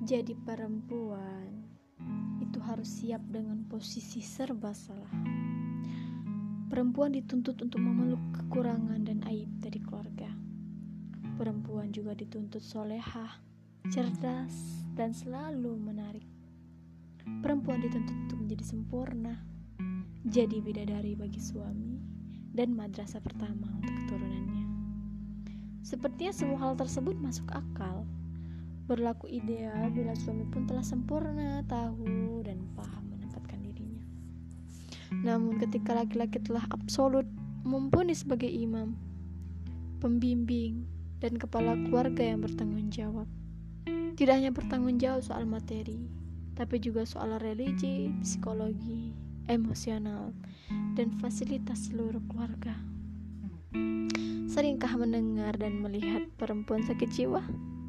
Jadi perempuan itu harus siap dengan posisi serba salah. Perempuan dituntut untuk memeluk kekurangan dan aib dari keluarga. Perempuan juga dituntut solehah, cerdas, dan selalu menarik. Perempuan dituntut untuk menjadi sempurna, jadi bidadari bagi suami, dan madrasah pertama untuk keturunannya. Sepertinya semua hal tersebut masuk akal. Berlaku ideal bila suami pun telah sempurna, tahu, dan paham menempatkan dirinya. Namun ketika laki-laki telah absolut mumpuni sebagai imam, pembimbing, dan kepala keluarga yang bertanggung jawab, tidak hanya bertanggung jawab soal materi, tapi juga soal religi, psikologi, emosional, dan fasilitas seluruh keluarga. Seringkah mendengar dan melihat perempuan sakit jiwa?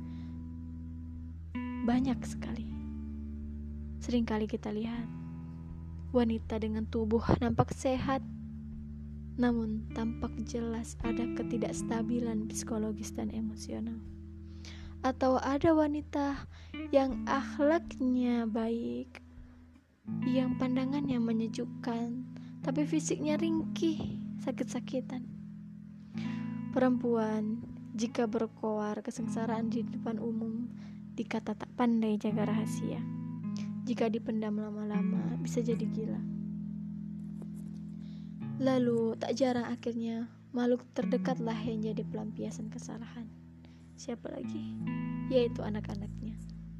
Banyak sekali. Seringkali kita lihat wanita dengan tubuh nampak sehat, namun tampak jelas ada ketidakstabilan psikologis dan emosional. Atau ada wanita yang akhlaknya baik, yang pandangannya menyejukkan, tapi fisiknya ringkih, sakit-sakitan. Perempuan jika berkoar kesengsaraan di depan umum dikata tak pandai jaga rahasia. Jika dipendam lama-lama bisa jadi gila. Lalu tak jarang akhirnya makhluk terdekatlah yang jadi pelampiasan kesalahan. Siapa lagi? Yaitu anak-anaknya.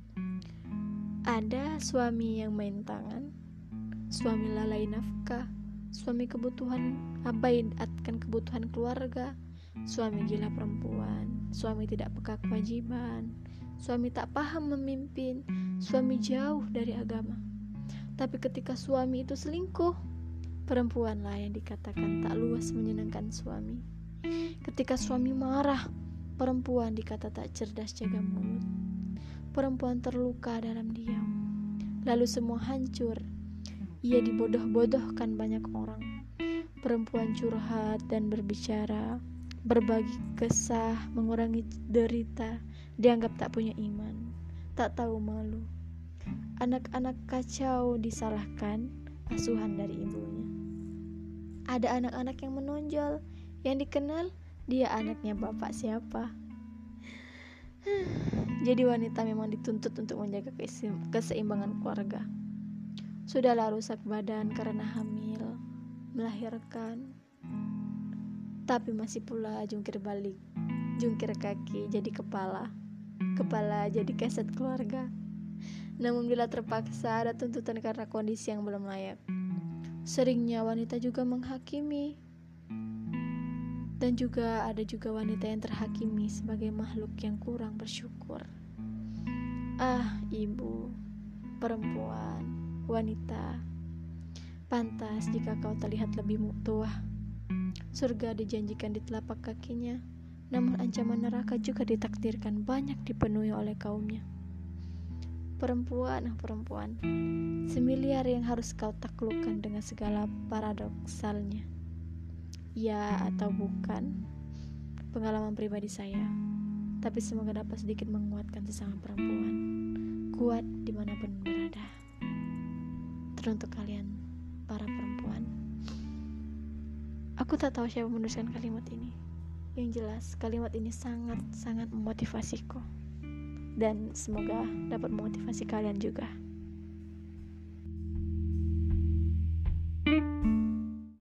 Ada suami yang main tangan, suami lalai nafkah, suami kebutuhan akan kebutuhan keluarga, suami gila perempuan, suami tidak peka kewajiban, suami tak paham memimpin, suami jauh dari agama. Tapi ketika suami itu selingkuh, perempuanlah yang dikatakan tak luas menyenangkan suami. Ketika suami marah, perempuan dikata tak cerdas jaga mulut. Perempuan terluka dalam diam, lalu semua hancur. Ia dibodoh-bodohkan banyak orang. Perempuan curhat dan berbicara, berbagi kesah, mengurangi derita, dianggap tak punya iman, tak tahu malu. Anak-anak kacau disalahkan asuhan dari ibunya. Ada anak-anak yang menonjol, yang dikenal dia anaknya bapak siapa. Jadi wanita memang dituntut untuk menjaga keseimbangan keluarga. Sudahlah rusak badan karena hamil, melahirkan, tapi masih pula jungkir balik, jungkir kaki jadi kepala jadi keset keluarga. Namun bila terpaksa ada tuntutan karena kondisi yang belum layak, seringnya wanita juga menghakimi. Dan juga ada wanita yang terhakimi sebagai makhluk yang kurang bersyukur. Ibu, perempuan, wanita, pantas jika kau terlihat lebih tua. Surga dijanjikan di telapak kakinya, namun ancaman neraka juga ditakdirkan banyak dipenuhi oleh kaumnya. Perempuan, semiliar yang harus kau taklukkan dengan segala paradoksalnya. Ya atau bukan, pengalaman pribadi saya, tapi semoga dapat sedikit menguatkan sesama perempuan, kuat dimanapun berada. Teruntuk kalian, para perempuan, aku tak tahu siapa menuliskan kalimat ini. Yang jelas, kalimat ini sangat-sangat memotivasiku, dan semoga dapat memotivasi kalian juga.